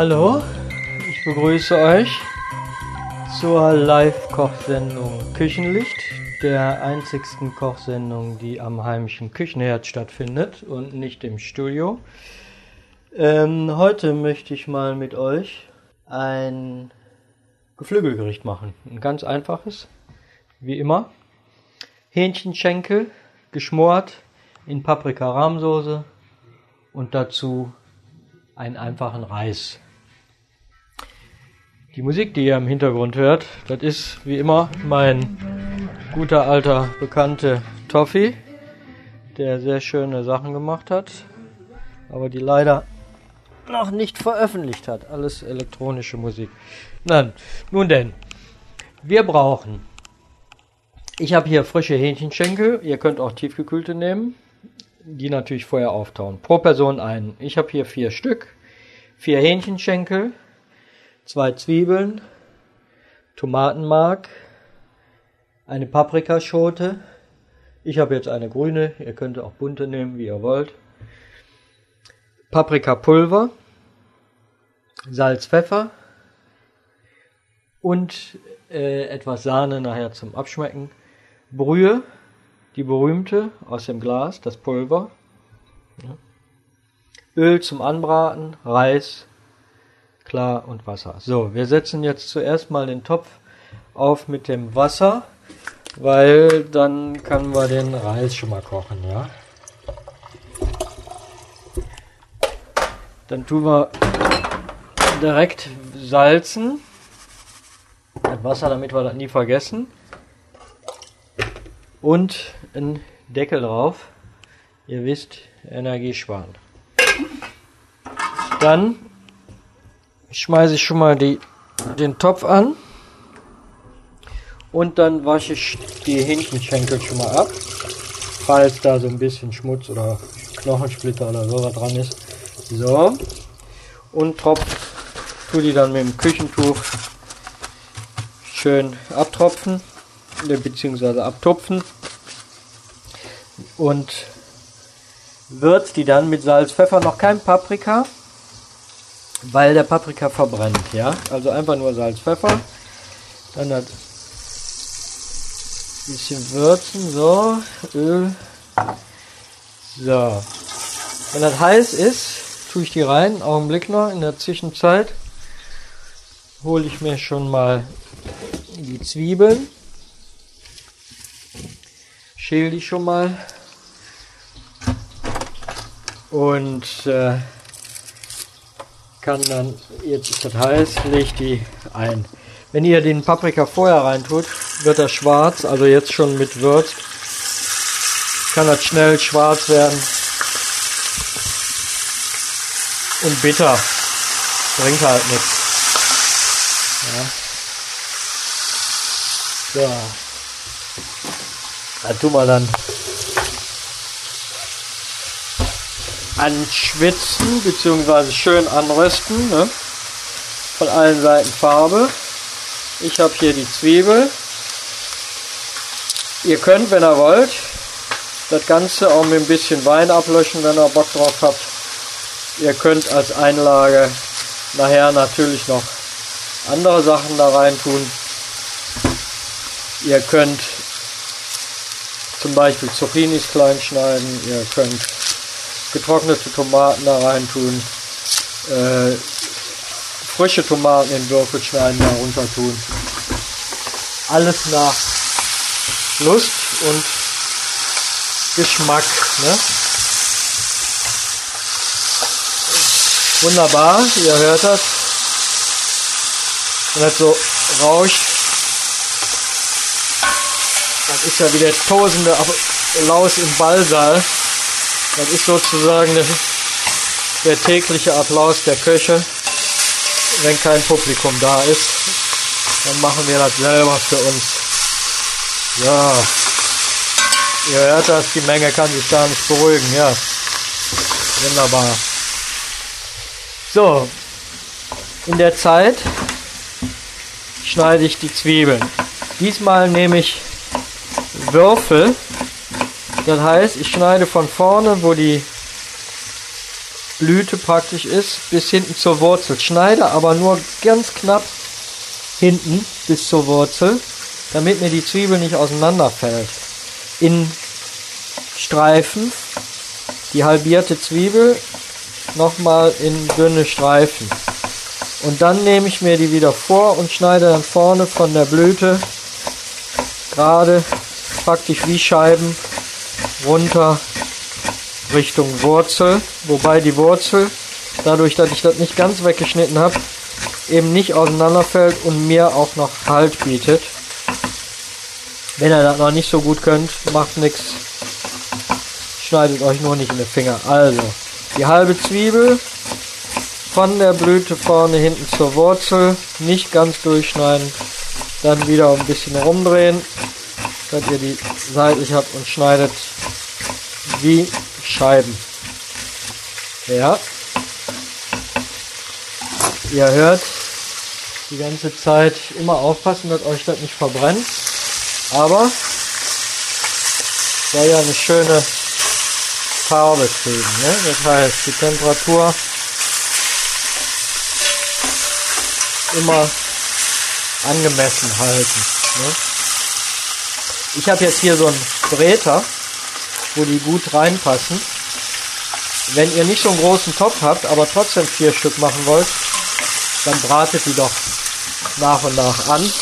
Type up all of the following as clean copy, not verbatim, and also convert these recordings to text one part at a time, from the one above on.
Hallo, ich begrüße euch zur Live-Kochsendung Küchenlicht, der einzigsten Kochsendung, die am heimischen Küchenherd stattfindet und nicht im Studio. Heute möchte ich mal mit euch ein Geflügelgericht machen. Ein ganz einfaches, wie immer. Hähnchenschenkel, geschmort in Paprika-Rahmsoße und dazu einen einfachen Reis. Die Musik, die ihr im Hintergrund hört, das ist wie immer mein guter alter Bekannte Toffi, der sehr schöne Sachen gemacht hat, aber die leider noch nicht veröffentlicht hat. Alles elektronische Musik. Nun denn, wir brauchen, ich habe hier frische Hähnchenschenkel, ihr könnt auch tiefgekühlte nehmen, die natürlich vorher auftauen. Pro Person einen. Ich habe hier 4 Stück, 4 Hähnchenschenkel, 2 Zwiebeln, Tomatenmark, eine Paprikaschote. Ich habe jetzt eine grüne, ihr könnt auch bunte nehmen, wie ihr wollt. Paprikapulver, Salz, Pfeffer und etwas Sahne nachher zum Abschmecken. Brühe, die berühmte aus dem Glas, das Pulver. Ja. Öl zum Anbraten, Reis, klar und Wasser. So, wir setzen jetzt zuerst mal den Topf auf mit dem Wasser, weil dann können wir den Reis schon mal kochen, ja. Dann tun wir direkt salzen. Das Wasser, damit wir das nie vergessen. Und ein Deckel drauf. Ihr wisst, Energie sparen. Dann schmeiße ich schon mal den Topf an. Und dann wasche ich die Hähnchenschenkel schon mal ab. Falls da so ein bisschen Schmutz oder Knochensplitter oder sowas dran ist. So. Und tue die dann mit dem Küchentuch schön abtropfen. Beziehungsweise abtupfen und würzt die dann mit Salz, Pfeffer, noch kein Paprika, weil der Paprika verbrennt, ja, also einfach nur Salz, Pfeffer, dann das bisschen würzen, so, Öl, so, wenn das heiß ist, tue ich die rein, einen Augenblick noch, in der Zwischenzeit hole ich mir schon mal die Zwiebeln, schäle die schon mal und kann dann, jetzt ist das heiß, lege ich die ein. Wenn ihr den Paprika vorher reintut, wird er schwarz, also jetzt schon mit würzt, kann das schnell schwarz werden und bitter, bringt halt nichts. Ja. So. Da tun wir dann anschwitzen bzw. schön anrösten, ne? Von allen Seiten Farbe. Ich habe hier die Zwiebel. Ihr könnt, wenn ihr wollt, das Ganze auch mit ein bisschen Wein ablöschen, wenn ihr Bock drauf habt. Ihr könnt als Einlage nachher natürlich noch andere Sachen da rein tun. Ihr könnt zum Beispiel Zucchinis klein schneiden, ihr könnt getrocknete Tomaten da rein tun, frische Tomaten in Würfel schneiden, da runter tun. Alles nach Lust und Geschmack, ne? Wunderbar, ihr hört das. Wenn das so rauscht, das ist ja wie der tosende Applaus im Ballsaal. Das ist sozusagen der tägliche Applaus der Köche. Wenn kein Publikum da ist, dann machen wir das selber für uns. Ja, ihr hört das, die Menge kann sich gar nicht beruhigen. Ja, wunderbar. So, in der Zeit schneide ich die Zwiebeln. Diesmal nehme ich Würfel. Das heißt, ich schneide von vorne, wo die Blüte praktisch ist, bis hinten zur Wurzel. Schneide aber nur ganz knapp hinten bis zur Wurzel, damit mir die Zwiebel nicht auseinanderfällt. In Streifen, die halbierte Zwiebel nochmal in dünne Streifen. Und dann nehme ich mir die wieder vor und schneide dann vorne von der Blüte gerade praktisch wie Scheiben runter Richtung Wurzel. Wobei die Wurzel, dadurch, dass ich das nicht ganz weggeschnitten habe, eben nicht auseinanderfällt und mir auch noch Halt bietet. Wenn ihr das noch nicht so gut könnt, macht nichts. Schneidet euch nur nicht in die Finger. Also, die halbe Zwiebel von der Blüte vorne hinten zur Wurzel, nicht ganz durchschneiden, dann wieder ein bisschen rumdrehen, dass ihr die seitlich habt und schneidet wie Scheiben. Ja, ihr hört die ganze Zeit immer aufpassen, dass euch das nicht verbrennt, aber soll ja eine schöne Farbe kriegen, ne? Das heißt, die Temperatur immer angemessen halten. Ne? Ich habe jetzt hier so einen Bräter, wo die gut reinpassen. Wenn ihr nicht so einen großen Topf habt, aber trotzdem 4 Stück machen wollt, dann bratet die doch nach und nach an.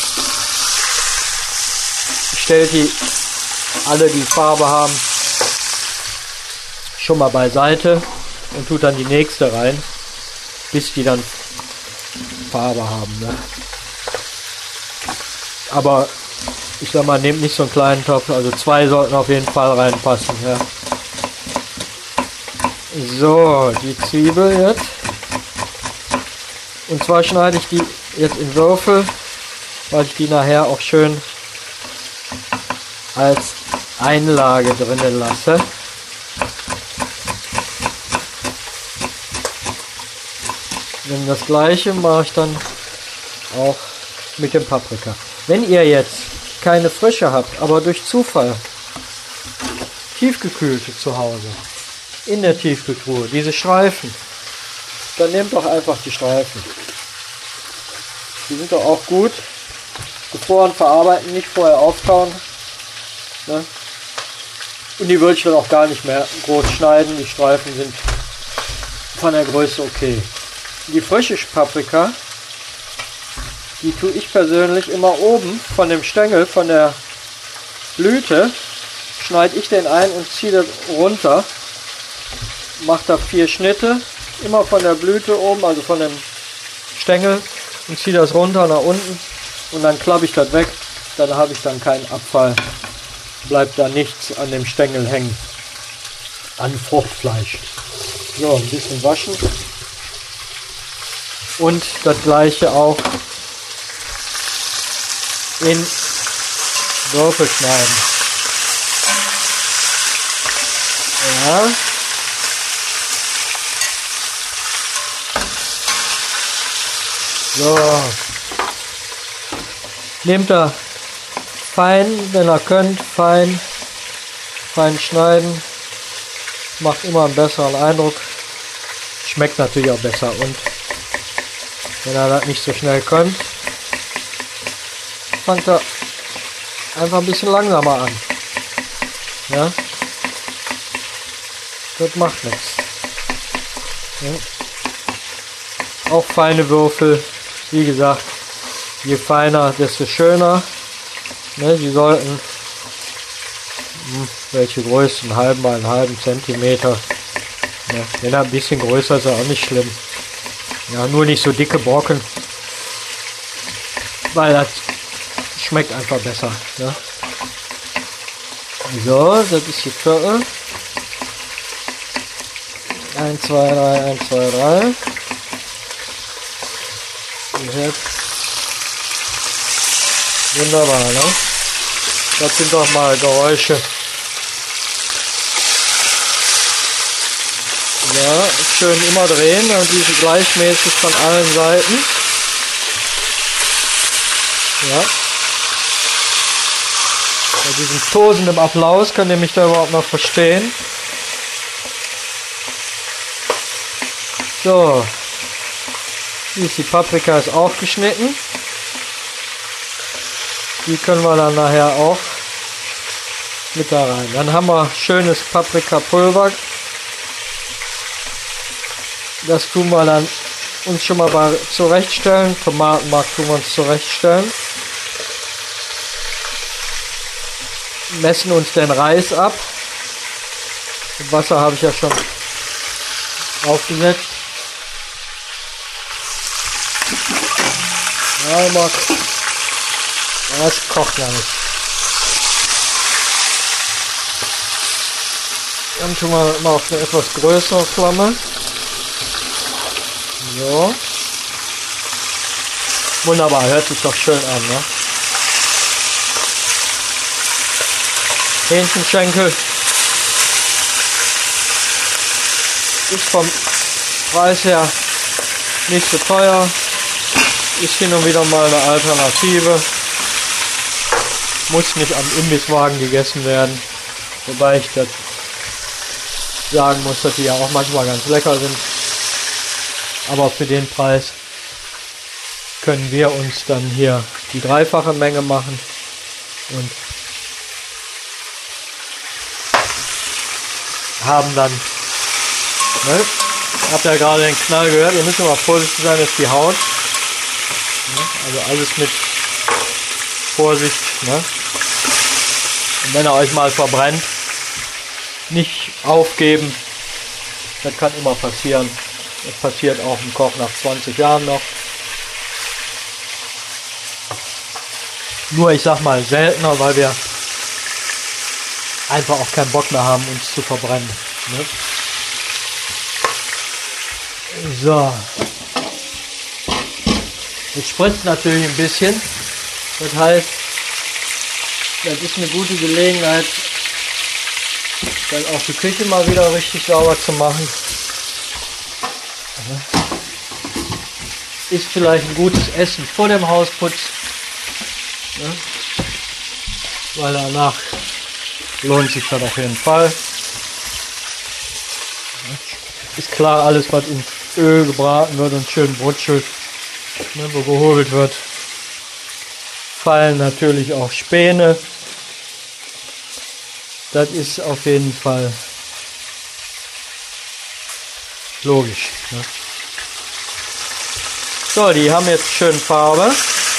Stellt die, alle die Farbe haben, schon mal beiseite und tut dann die nächste rein, bis die dann Farbe haben. Ne? Aber ich sag mal, nehmt nicht so einen kleinen Topf, also 2 sollten auf jeden Fall reinpassen. Ja. So, die Zwiebel jetzt. Und zwar schneide ich die jetzt in Würfel, weil ich die nachher auch schön als Einlage drinnen lasse. Und das gleiche mache ich dann auch mit dem Paprika. Wenn ihr jetzt keine Frische habt, aber durch Zufall tiefgekühlte zu Hause, in der Tiefkühltruhe, diese Streifen, dann nehmt doch einfach die Streifen. Die sind doch auch gut. Gefroren verarbeiten, nicht vorher auftauen. Ne? Und die würde ich dann auch gar nicht mehr groß schneiden. Die Streifen sind von der Größe okay. Die frische Paprika, die tue ich persönlich immer oben von dem Stängel, von der Blüte, schneide ich den ein und ziehe das runter. Mache da 4 Schnitte, immer von der Blüte oben, also von dem Stängel, und ziehe das runter nach unten und dann klappe ich das weg. Dann habe ich dann keinen Abfall, bleibt da nichts an dem Stängel hängen, an Fruchtfleisch. So, ein bisschen waschen. Und das gleiche auch in Würfel schneiden. Ja. So. Nehmt da fein, wenn ihr könnt, fein schneiden. Macht immer einen besseren Eindruck. Schmeckt natürlich auch besser. Und wenn ihr das nicht so schnell könnt, fangt ihr einfach ein bisschen langsamer an. Ja? Das macht nichts. Ja? Auch feine Würfel, wie gesagt, je feiner, desto schöner. Ne? Sie sollten, welche Größe, einen halben mal einen halben Zentimeter. Ja? Wenn er ein bisschen größer ist, ist auch nicht schlimm. Ja, nur nicht so dicke Brocken, weil das schmeckt einfach besser. Ja. So, das ist die Viertel. 1, 2, 3, 1, 2, 3. Und jetzt. Wunderbar, ne? Das sind doch mal Geräusche. Ja, schön immer drehen und diese gleichmäßig von allen Seiten. Ja. Bei diesem tosenden Applaus könnt ihr mich da überhaupt noch verstehen. So, die Paprika ist aufgeschnitten. Die können wir dann nachher auch mit da rein. Dann haben wir schönes Paprikapulver. Das tun wir dann uns schon mal zurechtstellen. Tomatenmark tun wir uns zurechtstellen. Messen uns den Reis ab. Das Wasser habe ich ja schon aufgesetzt. Ja, das kocht ja nicht. Dann tun wir mal auf eine etwas größere Flamme. So. Wunderbar, hört sich doch schön an, ne? Hähnchenschenkel ist vom Preis her nicht so teuer. Ist hin und wieder mal eine Alternative. Muss nicht am Imbisswagen gegessen werden. Wobei ich das sagen muss, dass die ja auch manchmal ganz lecker sind. Aber für den Preis können wir uns dann hier die dreifache Menge machen. Und haben dann, ne? Habt ja gerade den Knall gehört, ihr müsst immer vorsichtig sein, ist die Haut. Also alles mit Vorsicht, ne? Und wenn er euch mal verbrennt, nicht aufgeben, das kann immer passieren. Das passiert auch im Koch nach 20 Jahren noch. Nur ich sag mal seltener, weil wir einfach auch keinen Bock mehr haben, uns zu verbrennen. Ne? So. Jetzt spritzt natürlich ein bisschen. Das heißt, das ist eine gute Gelegenheit, dann auch die Küche mal wieder richtig sauber zu machen. Ist vielleicht ein gutes Essen vor dem Hausputz. Ne? Weil danach lohnt sich das auf jeden Fall. Ist klar, alles was in Öl gebraten wird und schön brutschelt, ne, wo gehobelt wird, fallen natürlich auch Späne. Das ist auf jeden Fall logisch. Ne? So, die haben jetzt schön Farbe.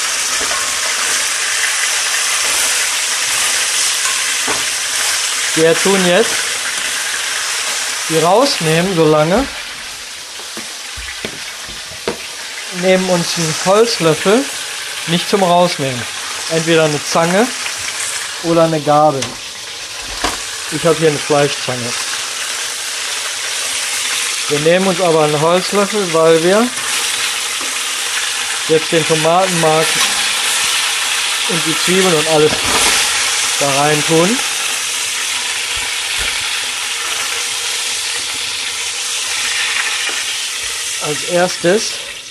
Wir tun jetzt die rausnehmen so lange. Nehmen uns einen Holzlöffel, nicht zum Rausnehmen. Entweder eine Zange oder eine Gabel. Ich habe hier eine Fleischzange. Wir nehmen uns aber einen Holzlöffel, weil wir jetzt den Tomatenmark und die Zwiebeln und alles da rein tun. Als erstes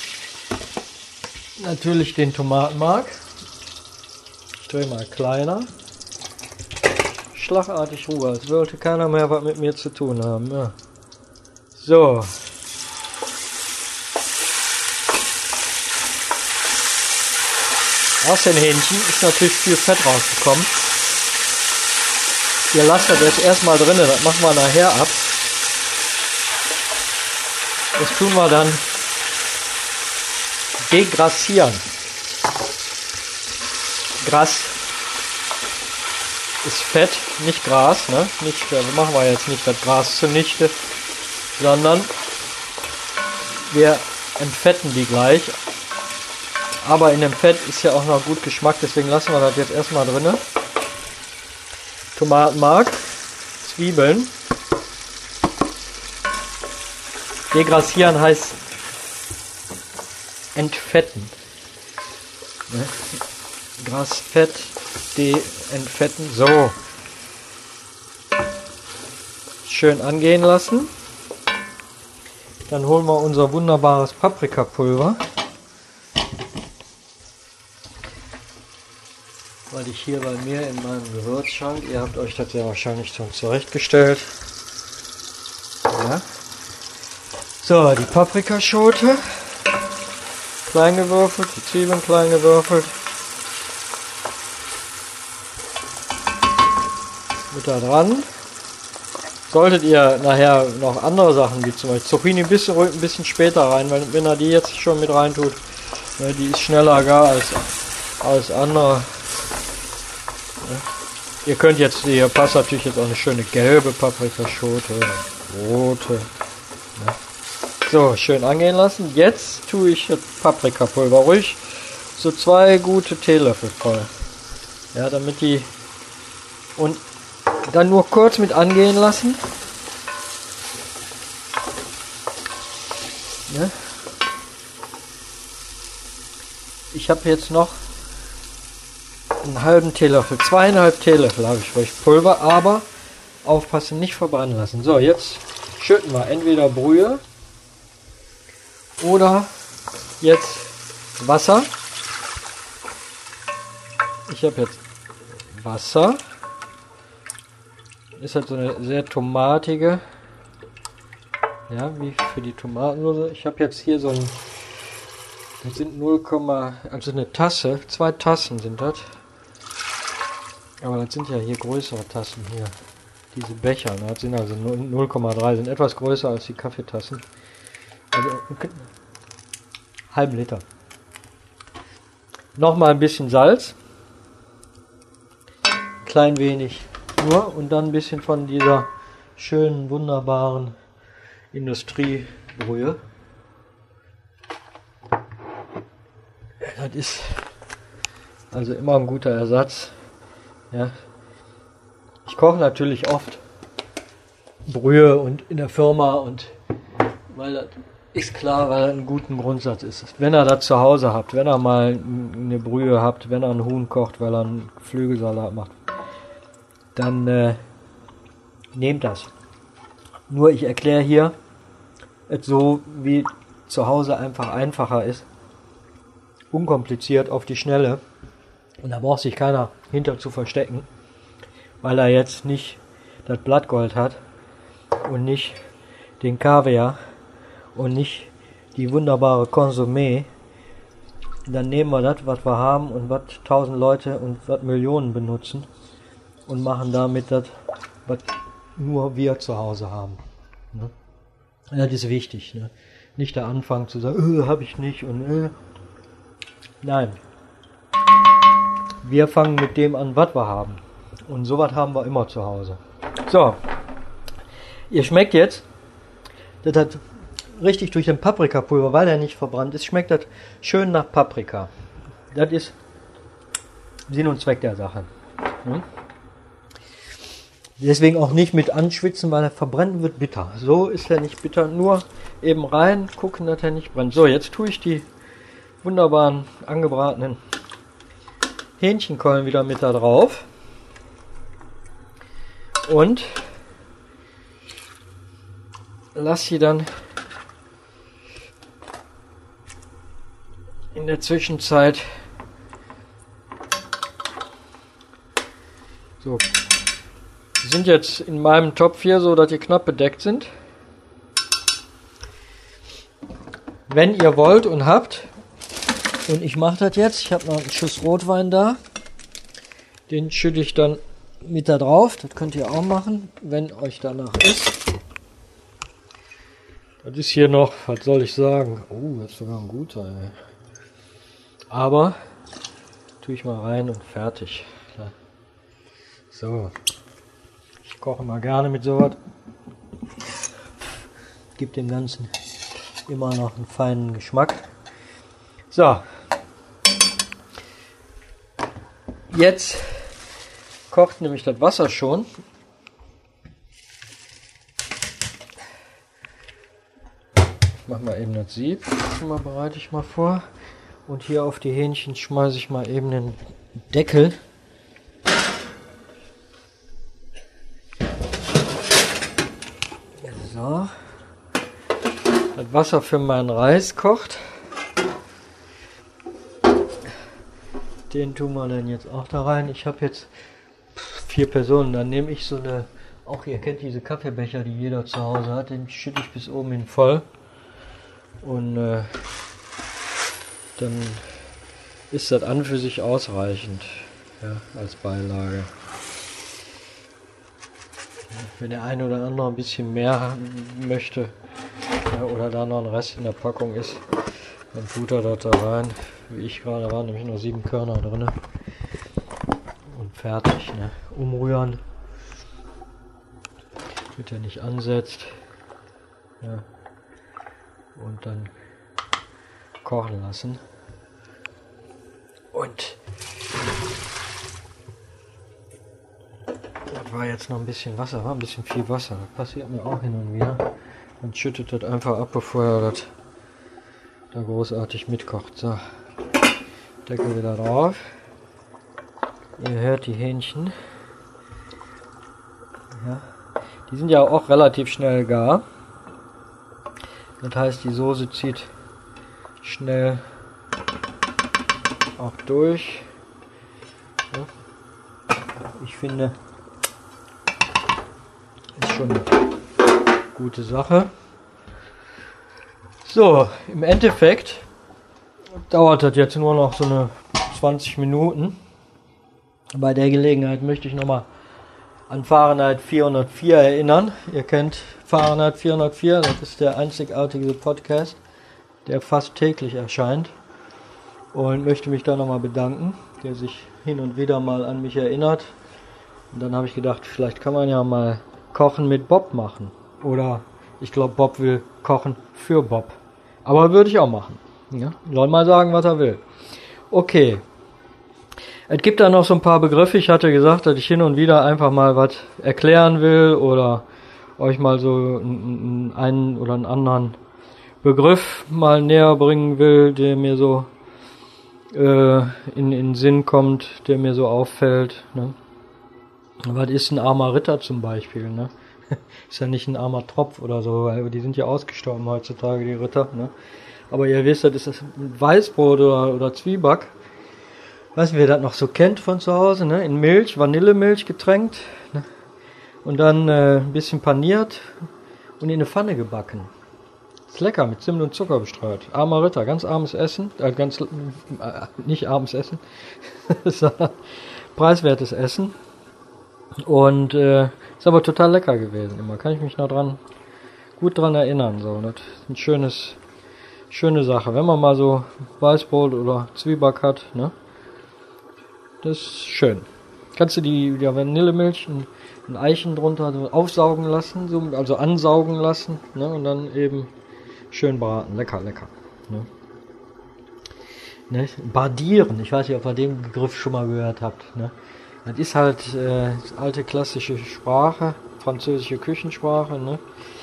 natürlich den Tomatenmark. Ich drehe mal kleiner. Schlagartig Ruhe, als wollte keiner mehr was mit mir zu tun haben. Ja. So. Aus den Hähnchen ist natürlich viel Fett rausgekommen. Ihr lasst das jetzt erstmal drin, das machen wir nachher ab. Das tun wir dann degrassieren. Gras ist Fett, nicht Gras, ne? Nicht, machen wir jetzt nicht das Gras zunichte, sondern wir entfetten die gleich. Aber in dem Fett ist ja auch noch gut Geschmack, deswegen lassen wir das jetzt erstmal drin. Tomatenmark, Zwiebeln. Degrassieren heißt entfetten. Ne? Grasfett, entfetten. So. Schön angehen lassen. Dann holen wir unser wunderbares Paprikapulver. Weil ich hier bei mir in meinem Gewürzschrank, ihr habt euch das ja wahrscheinlich schon zurechtgestellt. Ja. So, die Paprikaschote. Klein gewürfelt, die Zwiebeln klein gewürfelt. Mit da dran. Solltet ihr nachher noch andere Sachen, wie zum Beispiel Zucchini, ein bisschen später rein, weil wenn er die jetzt schon mit rein tut, die ist schneller gar als andere. Ihr könnt jetzt, hier passt natürlich jetzt auch eine schöne gelbe Paprikaschote, rote. So, schön angehen lassen. Jetzt tue ich das Paprikapulver ruhig so 2 gute Teelöffel voll. Ja, damit die, und dann nur kurz mit angehen lassen. Ja. Ich habe jetzt noch einen halben Teelöffel, 2,5 Teelöffel habe ich für euch Pulver, aber aufpassen, nicht verbrennen lassen. So, jetzt schütten wir entweder Brühe oder jetzt Wasser. Ich habe jetzt Wasser. Ist halt so eine sehr tomatige, ja, wie für die Tomatensoße. Ich habe jetzt hier so ein, das sind 0, also eine Tasse, 2 Tassen sind das. Aber das sind ja hier größere Tassen hier. Diese Becher, ne? Das sind also 0,3, sind etwas größer als die Kaffeetassen. Also halben Liter. Nochmal ein bisschen Salz. Klein wenig nur und dann ein bisschen von dieser schönen, wunderbaren Industriebrühe. Das ist also immer ein guter Ersatz. Ja. Ich koche natürlich oft Brühe und in der Firma, und weil das ist klar, weil das ein guter Grundsatz ist. Wenn ihr das zu Hause habt, wenn ihr mal eine Brühe habt, wenn ihr einen Huhn kocht, weil er einen Flügelsalat macht, dann nehmt das. Nur ich erkläre hier, so wie zu Hause einfach einfacher ist, unkompliziert auf die Schnelle, und da braucht sich keiner hinter zu verstecken, weil er jetzt nicht das Blattgold hat und nicht den Kaviar und nicht die wunderbare Consommé. Dann nehmen wir das, was wir haben und was 1000 Leute und was Millionen benutzen, und machen damit das, was nur wir zu Hause haben. Ne? Das ist wichtig. Ne? Nicht der Anfang zu sagen, habe ich nicht und Nein. Wir fangen mit dem an, was wir haben. Und sowas haben wir immer zu Hause. So. Ihr schmeckt jetzt, das hat richtig durch den Paprikapulver, weil er nicht verbrannt ist, schmeckt das schön nach Paprika. Das ist Sinn und Zweck der Sache. Hm? Deswegen auch nicht mit anschwitzen, weil er verbrennt, wird bitter. So ist er nicht bitter, nur eben rein, gucken, dass er nicht brennt. So, jetzt tue ich die wunderbaren angebratenen Hähnchenkeulen wieder mit da drauf. Und lasse sie dann in der Zwischenzeit so. Die sind jetzt in meinem Topf hier so, dass die knapp bedeckt sind. Wenn ihr wollt und habt, und ich mache das jetzt, ich habe noch einen Schuss Rotwein da, den schütte ich dann mit da drauf. Das könnt ihr auch machen, wenn euch danach ist. Das ist hier noch, was soll ich sagen? Oh, das ist sogar ein guter, ey. Aber tue ich mal rein und fertig. So. Ich koche mal gerne mit sowas. Gibt dem Ganzen immer noch einen feinen Geschmack. So. Jetzt kocht nämlich das Wasser schon. Ich mache mal eben das Sieb. Schon mal bereite ich mal vor. Und hier auf die Hähnchen schmeiße ich mal eben den Deckel. So. Das Wasser für meinen Reis kocht. Den tun wir dann jetzt auch da rein. Ich habe jetzt 4 Personen. Dann nehme ich so eine, auch ihr kennt diese Kaffeebecher, die jeder zu Hause hat. Den schütte ich bis oben hin voll. Und dann ist das an für sich ausreichend, ja, als Beilage. Wenn der eine oder andere ein bisschen mehr haben möchte, ja, oder da noch ein Rest in der Packung ist, dann tut er das da rein. Wie ich gerade, waren nämlich nur 7 Körner drin. Und fertig, ne? Umrühren, damit er nicht ansetzt. Ja. Und dann kochen lassen. Und das war jetzt noch ein bisschen Wasser, war ein bisschen viel Wasser. Das passiert mir auch hin und wieder. Man schüttet das einfach ab, bevor er das da großartig mitkocht. So, Deckel wieder drauf. Ihr hört die Hähnchen. Ja. Die sind ja auch relativ schnell gar. Das heißt, die Soße zieht schnell auch durch. Ja. Ich finde, ist schon eine gute Sache. So, im Endeffekt dauert das jetzt nur noch so eine 20 Minuten. Bei der Gelegenheit möchte ich nochmal an Fahrenheit 404 erinnern. Ihr kennt Fahrenheit 404, das ist der einzigartige Podcast, der fast täglich erscheint. Und möchte mich da nochmal bedanken, der sich hin und wieder mal an mich erinnert. Und dann habe ich gedacht, vielleicht kann man ja mal Kochen mit Bob machen. Oder ich glaube, Bob will kochen für Bob. Aber würde ich auch machen. Ja? Soll mal sagen, was er will. Okay. Es gibt da noch so ein paar Begriffe. Ich hatte gesagt, dass ich hin und wieder einfach mal was erklären will oder euch mal so einen oder einen anderen Begriff mal näher bringen will, der mir so in den Sinn kommt, der mir so auffällt. Ne? Was ist ein armer Ritter zum Beispiel? Ne? Ist ja nicht ein armer Tropf oder so, weil die sind ja ausgestorben heutzutage, die Ritter. Ne? Aber ihr wisst, das ist das Weißbrot oder Zwieback. Weiß nicht, wer das noch so kennt von zu Hause, ne? In Milch, Vanillemilch getränkt. Ne? Und dann ein bisschen paniert und in eine Pfanne gebacken. Ist lecker, mit Zimt und Zucker bestreut. Armer Ritter, ganz armes Essen. Nicht armes Essen, sondern preiswertes Essen. Und ist aber total lecker gewesen immer. Kann ich mich noch gut dran erinnern. So. Das ist eine schöne Sache. Wenn man mal so Weißbrot oder Zwieback hat, ne? Das ist schön. Kannst du die Vanillemilch ein Eichen drunter so aufsaugen lassen, so, also ansaugen lassen, ne? Und dann eben schön braten. Lecker. Ne? Ne? Bardieren. Ich weiß nicht, ob ihr den Begriff schon mal gehört habt. Ne? Das ist halt alte klassische Sprache, französische Küchensprache. Ne?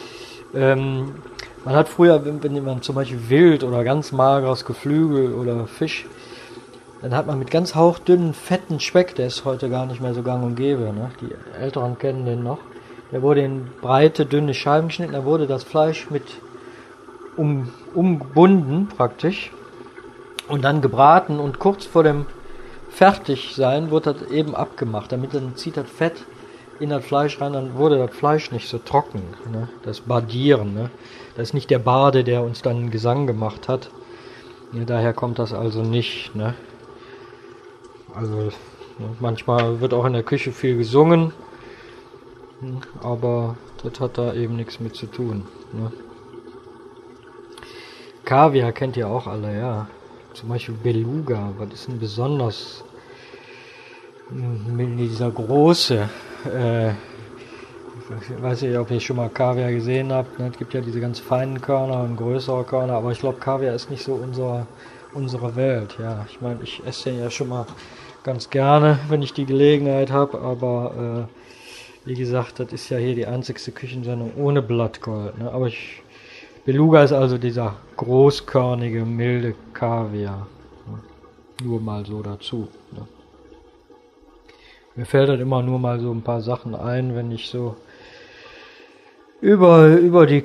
Man hat früher, wenn man zum Beispiel Wild oder ganz mageres Geflügel oder Fisch, dann hat man mit ganz hauchdünnen, fetten Speck, der ist heute gar nicht mehr so gang und gäbe. Ne? Die Älteren kennen den noch. Der wurde in breite, dünne Scheiben geschnitten, da wurde das Fleisch mit umgebunden praktisch und dann gebraten und kurz vor dem Fertigsein wurde das eben abgemacht, damit dann zieht das Fett in das Fleisch rein, dann wurde das Fleisch nicht so trocken, ne? Das Bardieren, ne? Das ist nicht der Barde, der uns dann einen Gesang gemacht hat, ja, daher kommt das also nicht, ne? Also ne? Manchmal wird auch in der Küche viel gesungen, aber das hat da eben nichts mit zu tun, ne? Kaviar kennt ihr auch alle, ja. Zum Beispiel Beluga, was ist denn besonders dieser große, ich weiß nicht, ob ihr schon mal Kaviar gesehen habt, ne? Es gibt ja diese ganz feinen Körner und größere Körner, aber ich glaube, Kaviar ist nicht so unsere Welt, ja. Ich meine, ich esse den ja schon mal ganz gerne, wenn ich die Gelegenheit habe, aber wie gesagt, das ist ja hier die einzigste Küchensendung ohne Blattgold, ne? Aber Beluga ist also dieser großkörnige, milde Kaviar. Nur mal so dazu. Ne? Mir fällt halt immer nur mal so ein paar Sachen ein, wenn ich so über die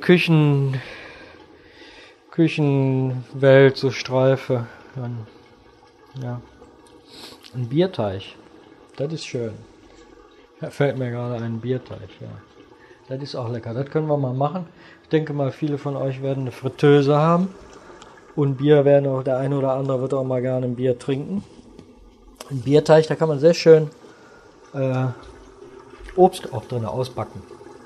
Küchenwelt so streife. Dann, ja. Ein Bierteich. Das ist schön. Da fällt mir gerade ein Bierteich, ja. Das ist auch lecker. Das können wir mal machen. Ich denke mal, viele von euch werden eine Fritteuse haben. Und Bier werden auch, der eine oder andere wird auch mal gerne ein Bier trinken. Ein Bierteig, da kann man sehr schön Obst auch drin ausbacken.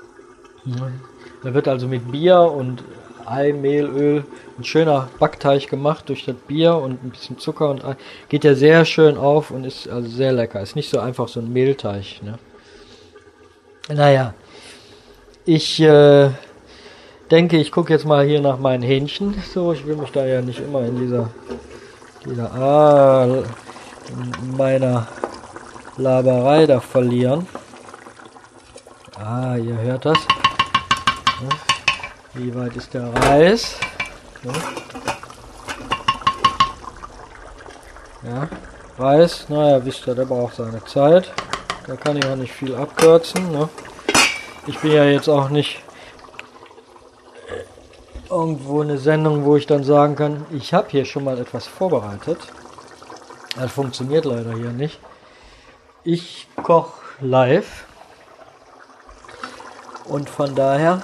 Da wird also mit Bier und Ei, Mehl, Öl ein schöner Backteig gemacht durch das Bier und ein bisschen Zucker und Ei. Geht ja sehr schön auf und ist also sehr lecker. Ist nicht so einfach so ein Mehlteig. Ne? Naja, ich denke, ich gucke jetzt mal hier nach meinen Hähnchen. So, ich will mich da ja nicht immer in in meiner Laberei da verlieren. Ihr hört das. Wie weit ist der Reis? Ja, Reis, naja, wisst ihr, der braucht seine Zeit. Da kann ich auch nicht viel abkürzen. Ne? Ich bin ja jetzt auch nicht irgendwo eine Sendung, wo ich dann sagen kann, ich habe hier schon mal etwas vorbereitet. Das funktioniert leider hier nicht. Ich koche live. Und von daher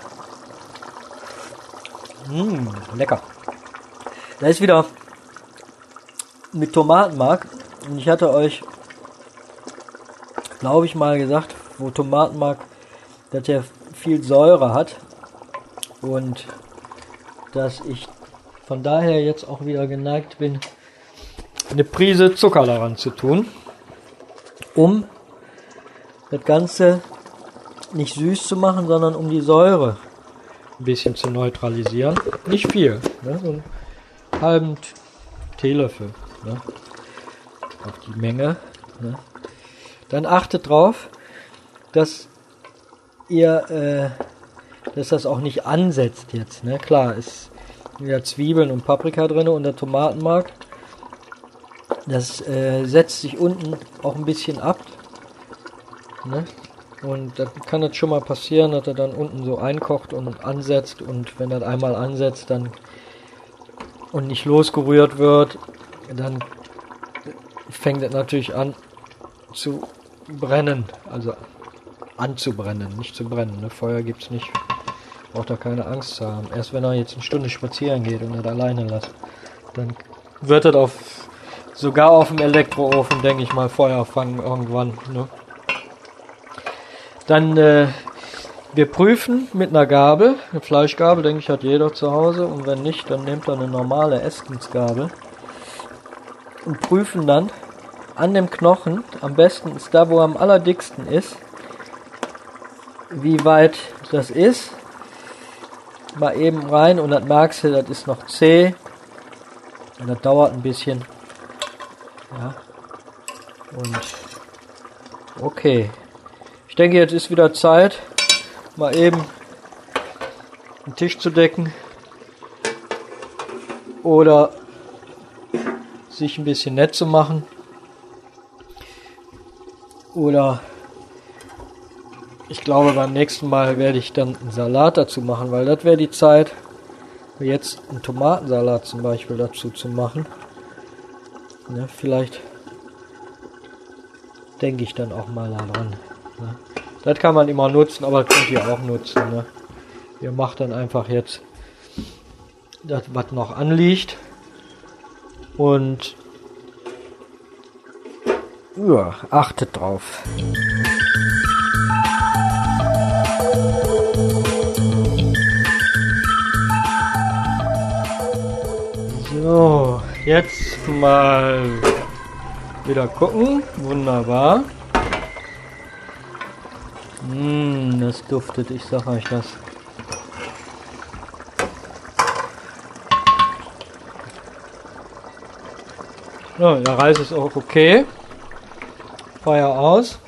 lecker. Da ist wieder mit Tomatenmark. Und ich hatte euch, glaube ich, mal gesagt, wo Tomatenmark, dass der viel Säure hat. Und dass ich von daher jetzt auch wieder geneigt bin, eine Prise Zucker daran zu tun, um das Ganze nicht süß zu machen, sondern um die Säure ein bisschen zu neutralisieren. Nicht viel, ne? So einen halben Teelöffel, ne? Auf die Menge. Ne? Dann achtet drauf, dass ihr, dass das auch nicht ansetzt jetzt. Ne? Klar, ist wieder Zwiebeln und Paprika drin und der Tomatenmark. Das setzt sich unten auch ein bisschen ab. Ne? Und dann kann das schon mal passieren, dass er dann unten so einkocht und ansetzt. Und wenn das einmal ansetzt dann und nicht losgerührt wird, dann fängt es natürlich an zu brennen. Also anzubrennen, nicht zu brennen. Ne? Feuer gibt es nicht. Braucht da keine Angst zu haben. Erst wenn er jetzt eine Stunde spazieren geht und das alleine lässt, dann wird das sogar auf dem Elektroofen, denke ich mal, Feuer fangen irgendwann. Ne? Dann, wir prüfen mit einer Gabel, eine Fleischgabel, denke ich, hat jeder zu Hause. Und wenn nicht, dann nehmt ihr eine normale Essensgabel. Und prüfen dann an dem Knochen, am besten ist da, wo er am allerdicksten ist, wie weit das ist. Mal eben rein und dann merkst du, das ist noch zäh. Und das dauert ein bisschen. Ja. Und okay. Ich denke, jetzt ist wieder Zeit, mal eben den Tisch zu decken oder sich ein bisschen nett zu machen oder ich glaube, beim nächsten Mal werde ich dann einen Salat dazu machen, weil das wäre die Zeit, jetzt einen Tomatensalat zum Beispiel dazu zu machen. Ne, vielleicht denke ich dann auch mal daran. Ne. Das kann man immer nutzen, aber das könnt ihr auch nutzen. Ne. Ihr macht dann einfach jetzt das, was noch anliegt. Und ja, achtet drauf. So, jetzt mal wieder gucken. Wunderbar. Das duftet, ich sag euch das. So, der Reis ist auch okay. Feuer aus.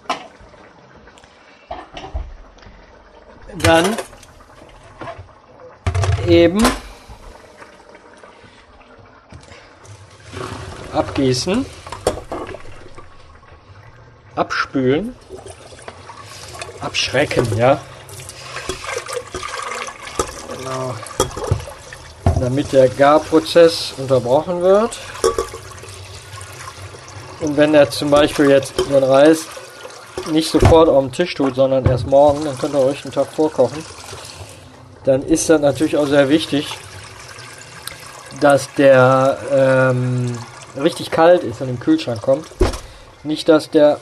Dann eben abgießen, abspülen, abschrecken, ja. Genau. Damit der Garprozess unterbrochen wird. Und wenn er zum Beispiel jetzt den Reis nicht sofort auf den Tisch tut, sondern erst morgen, dann könnt ihr euch einen Tag vorkochen, dann ist das natürlich auch sehr wichtig, dass der richtig kalt ist und im Kühlschrank kommt. Nicht, dass der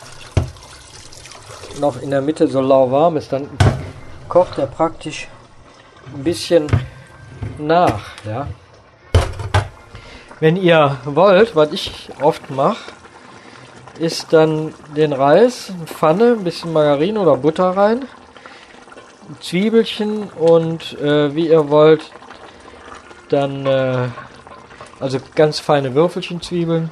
noch in der Mitte so lauwarm ist, dann kocht er praktisch ein bisschen nach. Ja? Wenn ihr wollt, was ich oft mache, ist dann den Reis, eine Pfanne, ein bisschen Margarine oder Butter rein, Zwiebelchen und wie ihr wollt, dann also ganz feine Würfelchen Zwiebeln,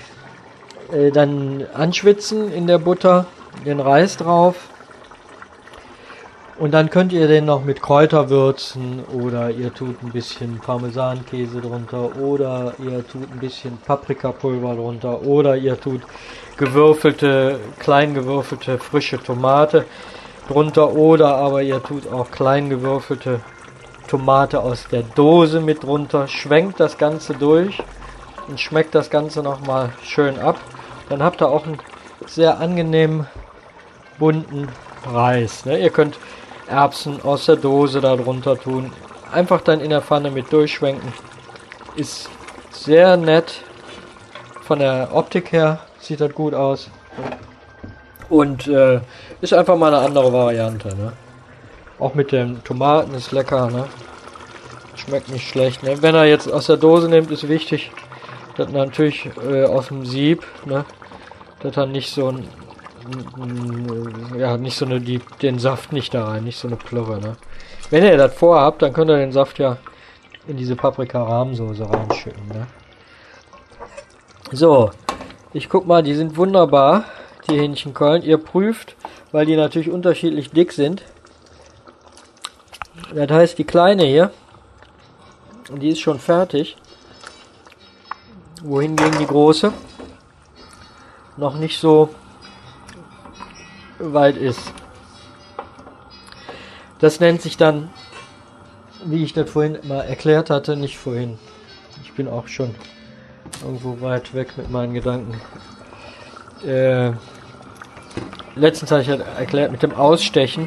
dann anschwitzen in der Butter, den Reis drauf und dann könnt ihr den noch mit Kräuter würzen oder ihr tut ein bisschen Parmesankäse drunter oder ihr tut ein bisschen Paprikapulver drunter oder ihr tut klein gewürfelte frische Tomate drunter oder aber ihr tut auch klein gewürfelte Tomate aus der Dose mit drunter, schwenkt das Ganze durch und schmeckt das Ganze nochmal schön ab. Dann habt ihr auch einen sehr angenehmen bunten Reis. Ne? Ihr könnt Erbsen aus der Dose da drunter tun. Einfach dann in der Pfanne mit durchschwenken. Ist sehr nett. Von der Optik her sieht das gut aus. Und ist einfach mal eine andere Variante. Ne? Auch mit den Tomaten ist lecker. Ne? Schmeckt nicht schlecht. Ne? Wenn er jetzt aus der Dose nimmt, ist wichtig, dass natürlich aus dem Sieb, ne? Dass er nicht so den Saft nicht da rein, nicht so eine Plörre. Ne? Wenn ihr das vorhabt, dann könnt ihr den Saft ja in diese Paprika-Rahmsoße reinschütten. Ne? So, ich guck mal, die sind wunderbar, die Hähnchenkeulen. Ihr prüft, weil die natürlich unterschiedlich dick sind. Das heißt, die kleine hier, die ist schon fertig. Wohingegen die große noch nicht so weit ist. Das nennt sich dann, wie ich das vorhin mal erklärt hatte, nicht vorhin. Ich bin auch schon irgendwo weit weg mit meinen Gedanken. Letztens habe ich halt erklärt mit dem Ausstechen.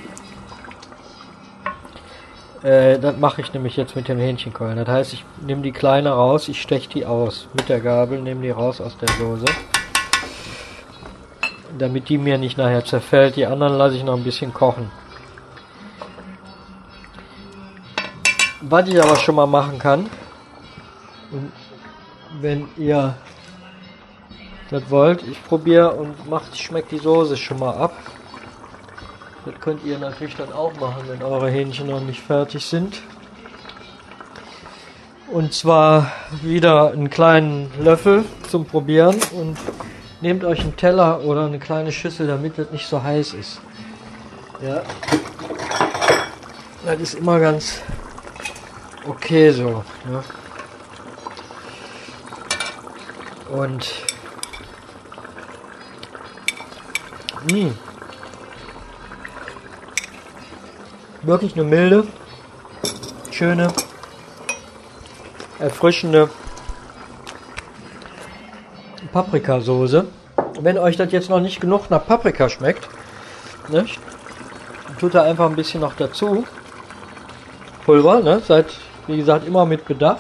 Das mache ich nämlich jetzt mit dem Hähnchenkeulen. Das heißt, ich nehme die kleine raus, ich steche die aus mit der Gabel, nehme die raus aus der Dose. Damit die mir nicht nachher zerfällt. Die anderen lasse ich noch ein bisschen kochen. Was ich aber schon mal machen kann, und wenn ihr das wollt, ich probiere und schmeckt die Soße schon mal ab. Das könnt ihr natürlich dann auch machen, wenn eure Hähnchen noch nicht fertig sind. Und zwar wieder einen kleinen Löffel zum Probieren und nehmt euch einen Teller oder eine kleine Schüssel, damit das nicht so heiß ist. Ja. Das ist immer ganz okay so. Ja. Und wirklich eine milde, schöne, erfrischende Paprikasoße. Wenn euch das jetzt noch nicht genug nach Paprika schmeckt, ne, tut da einfach ein bisschen noch dazu. Pulver, ne, seid wie gesagt immer mit Bedacht.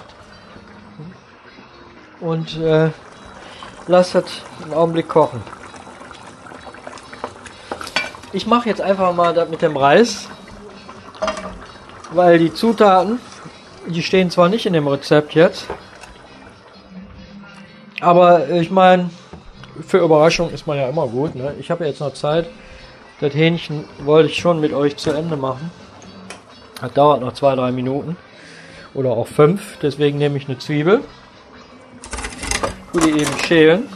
Und lasst das einen Augenblick kochen. Ich mache jetzt einfach mal das mit dem Reis, weil die Zutaten, die stehen zwar nicht in dem Rezept jetzt, aber ich meine, für Überraschung ist man ja immer gut. Ne? Ich habe jetzt noch Zeit. Das Hähnchen wollte ich schon mit euch zu Ende machen. Das dauert noch 2-3 Minuten. Oder auch 5. Deswegen nehme ich eine Zwiebel. Die eben schälen.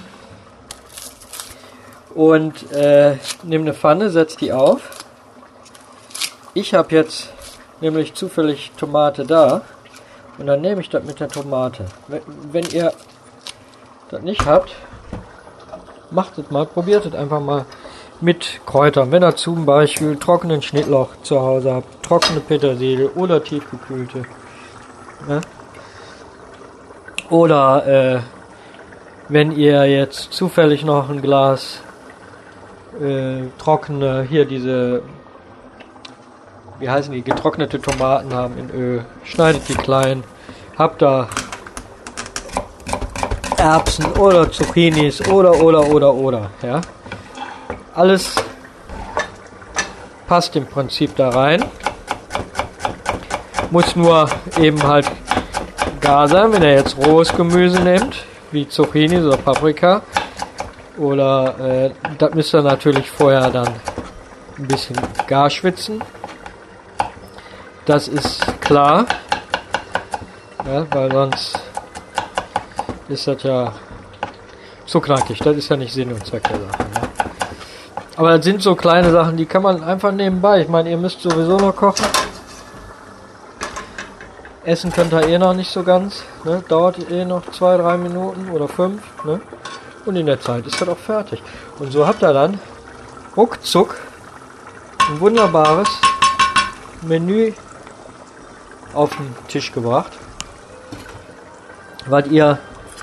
Und nehme eine Pfanne, setze die auf. Ich habe jetzt nämlich zufällig Tomate da. Und dann nehme ich das mit der Tomate. Wenn ihr das nicht habt, macht es mal, probiert es einfach mal mit Kräutern. Wenn ihr zum Beispiel trockenen Schnittlauch zu Hause habt, trockene Petersilie oder tiefgekühlte. Ne? Oder wenn ihr jetzt zufällig noch ein Glas trockene, hier diese, wie heißen die, getrocknete Tomaten haben in Öl. Schneidet die klein. Habt da Erbsen oder Zucchinis oder, ja. Alles passt im Prinzip da rein. Muss nur eben halt gar sein, wenn ihr jetzt rohes Gemüse nehmt, wie Zucchini oder Paprika. Oder das müsst ihr natürlich vorher dann ein bisschen gar schwitzen. Das ist klar. Ja, weil sonst ist das ja zu knackig. Das ist ja nicht Sinn und Zweck der Sache. Ne? Aber das sind so kleine Sachen, die kann man einfach nebenbei. Ich meine, ihr müsst sowieso noch kochen. Essen könnt ihr eh noch nicht so ganz. Ne? Dauert eh noch 2-3 Minuten oder 5. Ne? Und in der Zeit ist das auch fertig. Und so habt ihr dann ruckzuck ein wunderbares Menü auf den Tisch gebracht, was ihr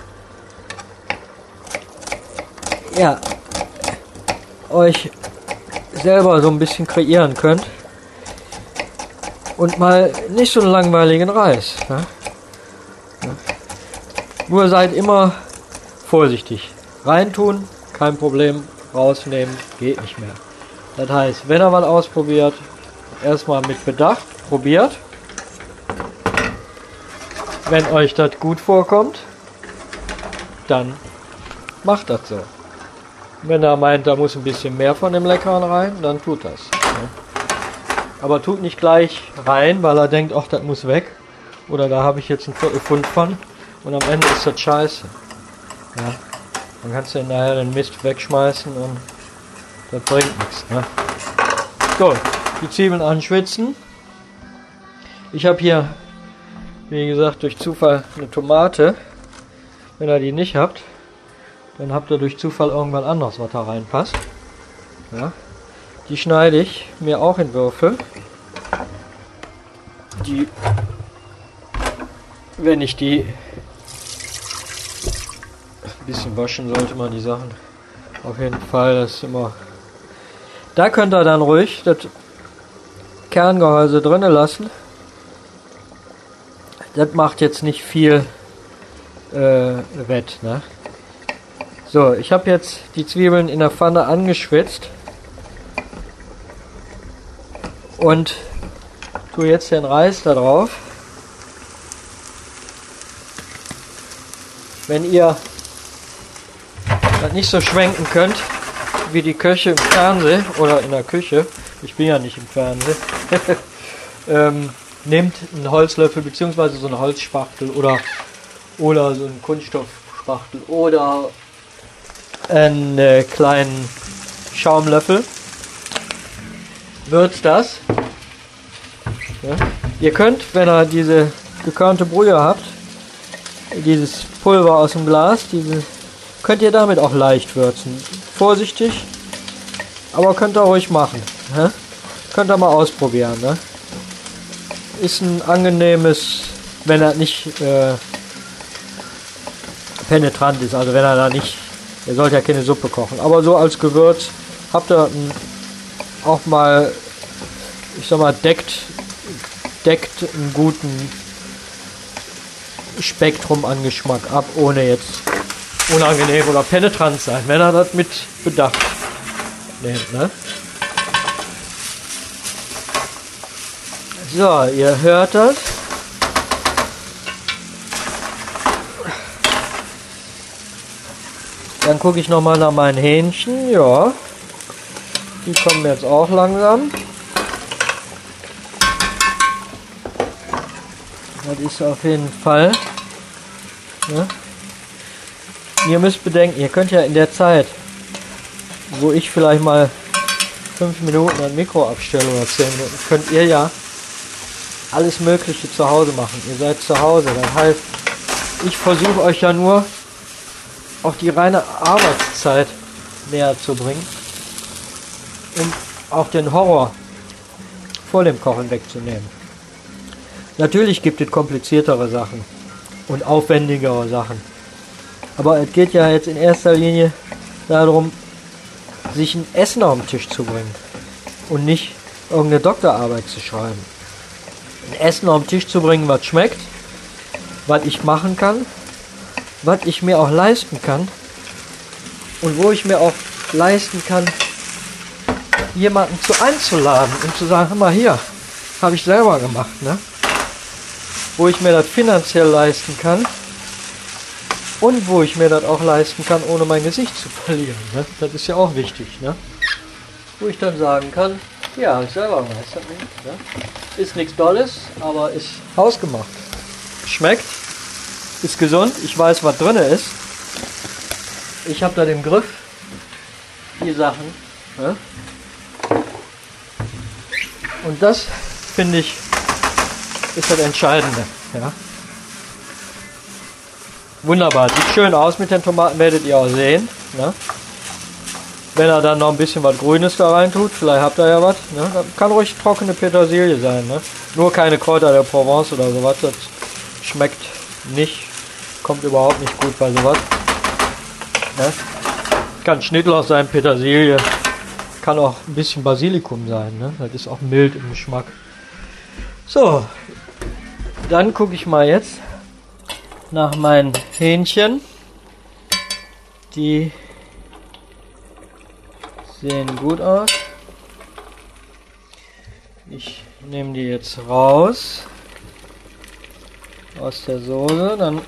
ja euch selber so ein bisschen kreieren könnt und mal nicht so einen langweiligen Reis. Ne? Ja. Nur seid immer vorsichtig. Reintun, kein Problem, rausnehmen, geht nicht mehr. Das heißt, wenn ihr was ausprobiert, erstmal mit Bedacht probiert. Wenn euch das gut vorkommt, dann macht das so. Wenn er meint, da muss ein bisschen mehr von dem Leckeren rein, dann tut das. Ne? Aber tut nicht gleich rein, weil er denkt, ach, das muss weg. Oder da habe ich jetzt ein Viertelpfund von. Und am Ende ist das scheiße. Ja? Dann kannst du nachher den Mist wegschmeißen und das bringt nichts. Ne? So, die Zwiebeln anschwitzen. Ich habe hier, wie gesagt, durch Zufall eine Tomate. Wenn ihr die nicht habt, dann habt ihr durch Zufall irgendwann anderes, was da reinpasst. Ja. Die schneide ich mir auch in Würfel. Die, wenn ich die ein bisschen waschen sollte man die Sachen. Auf jeden Fall, das ist immer. Da könnt ihr dann ruhig das Kerngehäuse drinnen lassen. Das macht jetzt nicht viel wett. Ne? So, ich habe jetzt die Zwiebeln in der Pfanne angeschwitzt und tue jetzt den Reis da drauf. Wenn ihr das nicht so schwenken könnt wie die Köche im Fernsehen oder in der Küche, ich bin ja nicht im Fernsehen, nehmt einen Holzlöffel bzw. so eine Holzspachtel oder so einen Kunststoffspachtel oder einen kleinen Schaumlöffel. Würzt das. Ja. Ihr könnt, wenn ihr diese gekörnte Brühe habt, dieses Pulver aus dem Glas, könnt ihr damit auch leicht würzen. Vorsichtig, aber könnt ihr ruhig machen. Ja. Könnt ihr mal ausprobieren. Ne? Ist ein angenehmes, wenn er nicht penetrant ist, also wenn er da nicht, ihr sollt ja keine Suppe kochen, aber so als Gewürz habt ihr auch mal, ich sag mal, deckt einen guten Spektrum an Geschmack ab, ohne jetzt unangenehm oder penetrant sein, wenn er das mit Bedacht nehmt. Ne? So, ihr hört das. Dann gucke ich nochmal nach meinen Hähnchen. Ja, die kommen jetzt auch langsam. Das ist auf jeden Fall. Ja. Ihr müsst bedenken, ihr könnt ja in der Zeit, wo ich vielleicht mal 5 Minuten ein Mikro abstelle oder 10 Minuten, könnt ihr ja alles Mögliche zu Hause machen. Ihr seid zu Hause. Das heißt, ich versuche euch ja nur auch die reine Arbeitszeit näher zu bringen, um auch den Horror vor dem Kochen wegzunehmen. Natürlich gibt es kompliziertere Sachen und aufwendigere Sachen. Aber es geht ja jetzt in erster Linie darum, sich ein Essen auf den Tisch zu bringen und nicht irgendeine Doktorarbeit zu schreiben. Ein Essen auf den Tisch zu bringen, was schmeckt, was ich machen kann, was ich mir auch leisten kann und wo ich mir auch leisten kann, jemanden einzuladen und zu sagen, hör mal hier, habe ich selber gemacht, ne? Wo ich mir das finanziell leisten kann und wo ich mir das auch leisten kann, ohne mein Gesicht zu verlieren, ne? Das ist ja auch wichtig, ne? Wo ich dann sagen kann, ja, habe ich selber gemeistert, ne? Ist nichts Dolles, aber ist hausgemacht. Schmeckt, ist gesund, ich weiß, was drin ist. Ich habe da im Griff die Sachen, ne? Und das, finde ich, ist das Entscheidende. Ja. Wunderbar, sieht schön aus mit den Tomaten, werdet ihr auch sehen. Ne? Wenn er dann noch ein bisschen was Grünes da rein tut, vielleicht habt ihr ja was. Ne? Das kann ruhig trockene Petersilie sein. Ne? Nur keine Kräuter der Provence oder sowas. Das schmeckt nicht, kommt überhaupt nicht gut bei sowas. Ne? Kann Schnittlauch sein, Petersilie. Kann auch ein bisschen Basilikum sein, ne? Das ist auch mild im Geschmack. So, dann gucke ich mal jetzt nach meinen Hähnchen. Die sehen gut aus. Ich nehme die jetzt raus aus der Soße. Dann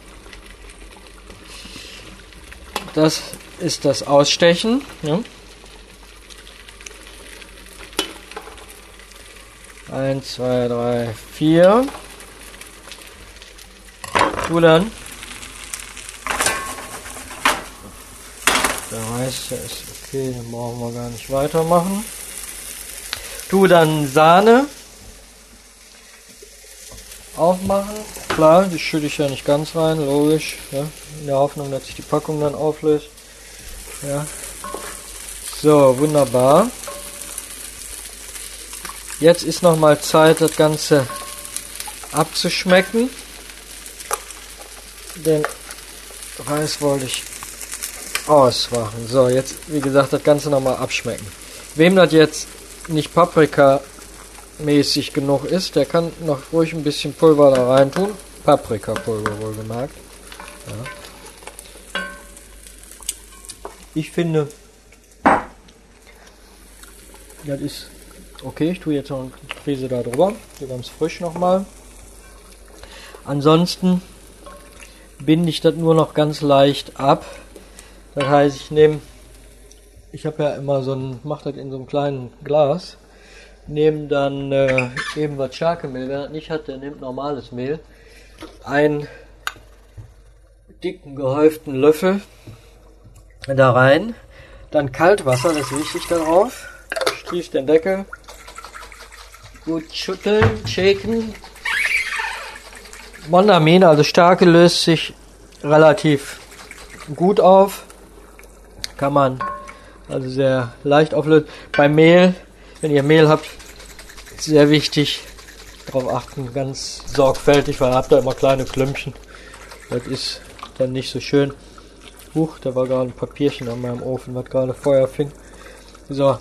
das ist das Ausstechen. Ja. 1, 2, 3, 4. Tu dann. Der Reis, der ist okay, den brauchen wir gar nicht weitermachen. Tu dann Sahne aufmachen. Klar, die schütte ich ja nicht ganz rein, logisch. Ja, in der Hoffnung, dass sich die Packung dann auflöst. Ja. So, wunderbar. Jetzt ist noch mal Zeit, das Ganze abzuschmecken. Den Reis wollte ich ausmachen. So, jetzt, wie gesagt, das Ganze noch mal abschmecken. Wem das jetzt nicht Paprika-mäßig genug ist, der kann noch ruhig ein bisschen Pulver da rein tun. Paprikapulver wohlgemerkt. Ja. Ich finde, das ist okay, ich tue jetzt noch eine Prise da drüber, so ganz frisch nochmal. Ansonsten binde ich das nur noch ganz leicht ab. Das heißt, ich habe ja immer mache das in so einem kleinen Glas, nehme dann eben was Scharkemehl, wer das nicht hat, der nimmt normales Mehl, einen dicken gehäuften Löffel da rein, dann Kaltwasser, das ist wichtig darauf, schließe den Deckel, gut schütteln, shaken. Mondamin, also Stärke, löst sich relativ gut auf. Kann man also sehr leicht auflösen. Beim Mehl, wenn ihr Mehl habt, ist sehr wichtig, darauf achten, ganz sorgfältig, weil ihr habt da immer kleine Klümpchen. Das ist dann nicht so schön. Huch, da war gerade ein Papierchen an meinem Ofen, was gerade Feuer fing. So.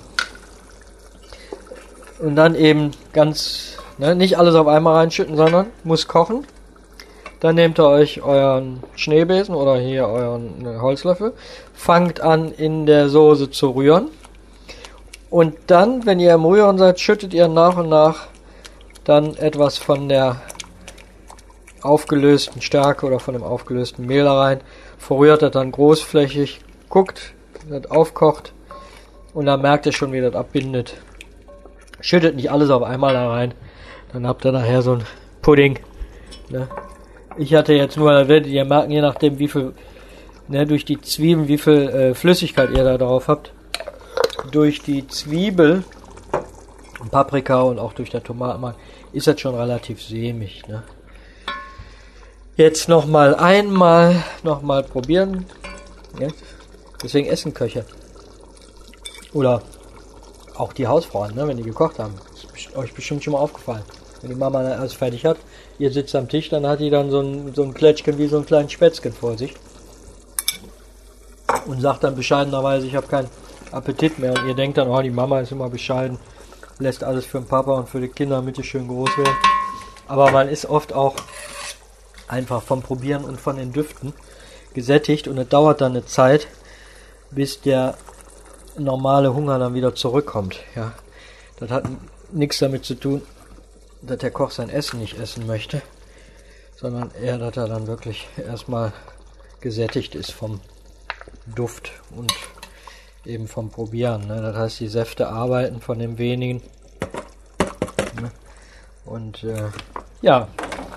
Und dann eben ganz, nicht alles auf einmal reinschütten, sondern muss kochen. Dann nehmt ihr euch euren Schneebesen oder hier euren Holzlöffel, fangt an in der Soße zu rühren. Und dann, wenn ihr im Rühren seid, schüttet ihr nach und nach dann etwas von der aufgelösten Stärke oder von dem aufgelösten Mehl da rein. Verrührt das dann großflächig, guckt, das aufkocht und dann merkt ihr schon, wie das abbindet. Schüttet nicht alles auf einmal da rein, dann habt ihr nachher so ein Pudding. Ne? Ich hatte jetzt nur, da werdet ihr merken, je nachdem wie viel, durch die Zwiebeln, wie viel Flüssigkeit ihr da drauf habt. Durch die Zwiebel, Paprika und auch durch der Tomatenmark ist das schon relativ sämig. Ne? Jetzt einmal probieren. Ja? Deswegen essen Köche. Oder auch die Hausfrauen, wenn die gekocht haben. Ist euch bestimmt schon mal aufgefallen. Wenn die Mama alles fertig hat, ihr sitzt am Tisch, dann hat die dann so ein Plättchen wie so ein kleines Spätzchen vor sich. Und sagt dann bescheidenerweise, ich habe kein Appetit mehr. Und ihr denkt dann, oh, die Mama ist immer bescheiden, lässt alles für den Papa und für die Kinder, damit die schön groß werden. Aber man ist oft auch einfach vom Probieren und von den Düften gesättigt und es dauert dann eine Zeit, bis der normale Hunger dann wieder zurückkommt. Ja, das hat nichts damit zu tun, dass der Koch sein Essen nicht essen möchte, sondern eher, dass er dann wirklich erstmal gesättigt ist vom Duft und eben vom Probieren. Ne? Das heißt, die Säfte arbeiten von dem wenigen. Ne? Und ja.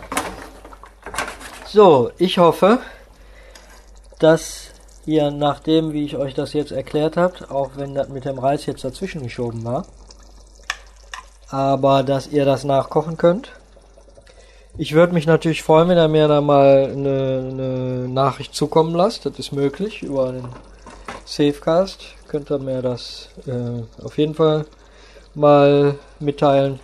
So, ich hoffe, dass ihr, nachdem, wie ich euch das jetzt erklärt habt, auch wenn das mit dem Reis jetzt dazwischen geschoben war, aber dass ihr das nachkochen könnt. Ich würde mich natürlich freuen, wenn ihr mir da mal eine Nachricht zukommen lasst. Das ist möglich über den Safecast. Könnt ihr mir das auf jeden Fall mal mitteilen.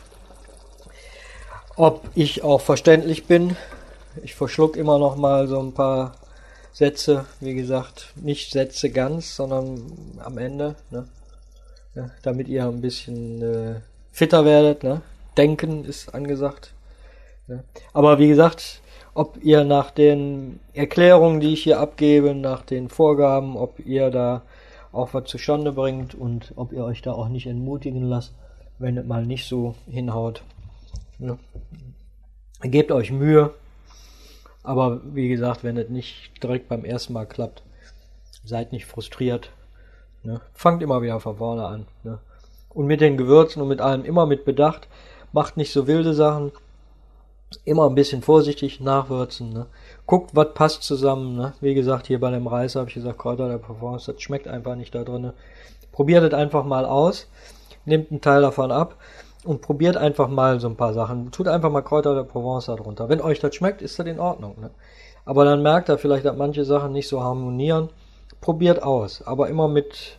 Ob ich auch verständlich bin. Ich verschluck immer noch mal so ein paar Sätze. Wie gesagt, nicht Sätze ganz, sondern am Ende. Ne? Ja, damit ihr ein bisschen fitter werdet. Ne? Denken ist angesagt. Ne? Aber wie gesagt, ob ihr nach den Erklärungen, die ich hier abgebe, nach den Vorgaben, ob ihr da auch was zustande bringt und ob ihr euch da auch nicht entmutigen lasst, wenn es mal nicht so hinhaut. Ne? Gebt euch Mühe, aber wie gesagt, wenn es nicht direkt beim ersten Mal klappt, seid nicht frustriert. Ne? Fangt immer wieder von vorne an. Ne? Und mit den Gewürzen und mit allem immer mit Bedacht. Macht nicht so wilde Sachen. Immer ein bisschen vorsichtig nachwürzen. Ne? Guckt, was passt zusammen. Ne? Wie gesagt, hier bei dem Reis habe ich gesagt, Kräuter der Provence, das schmeckt einfach nicht da drin. Probiert es einfach mal aus. Nehmt einen Teil davon ab. Und probiert einfach mal so ein paar Sachen. Tut einfach mal Kräuter der Provence da drunter. Wenn euch das schmeckt, ist das in Ordnung. Ne? Aber dann merkt ihr vielleicht, dass manche Sachen nicht so harmonieren. Probiert aus. Aber immer mit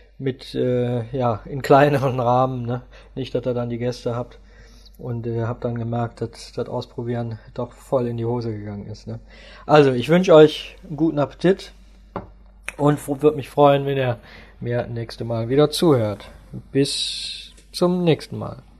in kleineren Rahmen. Ne? Nicht, dass ihr dann die Gäste habt. Und habt dann gemerkt, dass das Ausprobieren doch voll in die Hose gegangen ist. Ne? Also, ich wünsche euch einen guten Appetit. Und würde mich freuen, wenn ihr mir das nächste Mal wieder zuhört. Bis zum nächsten Mal.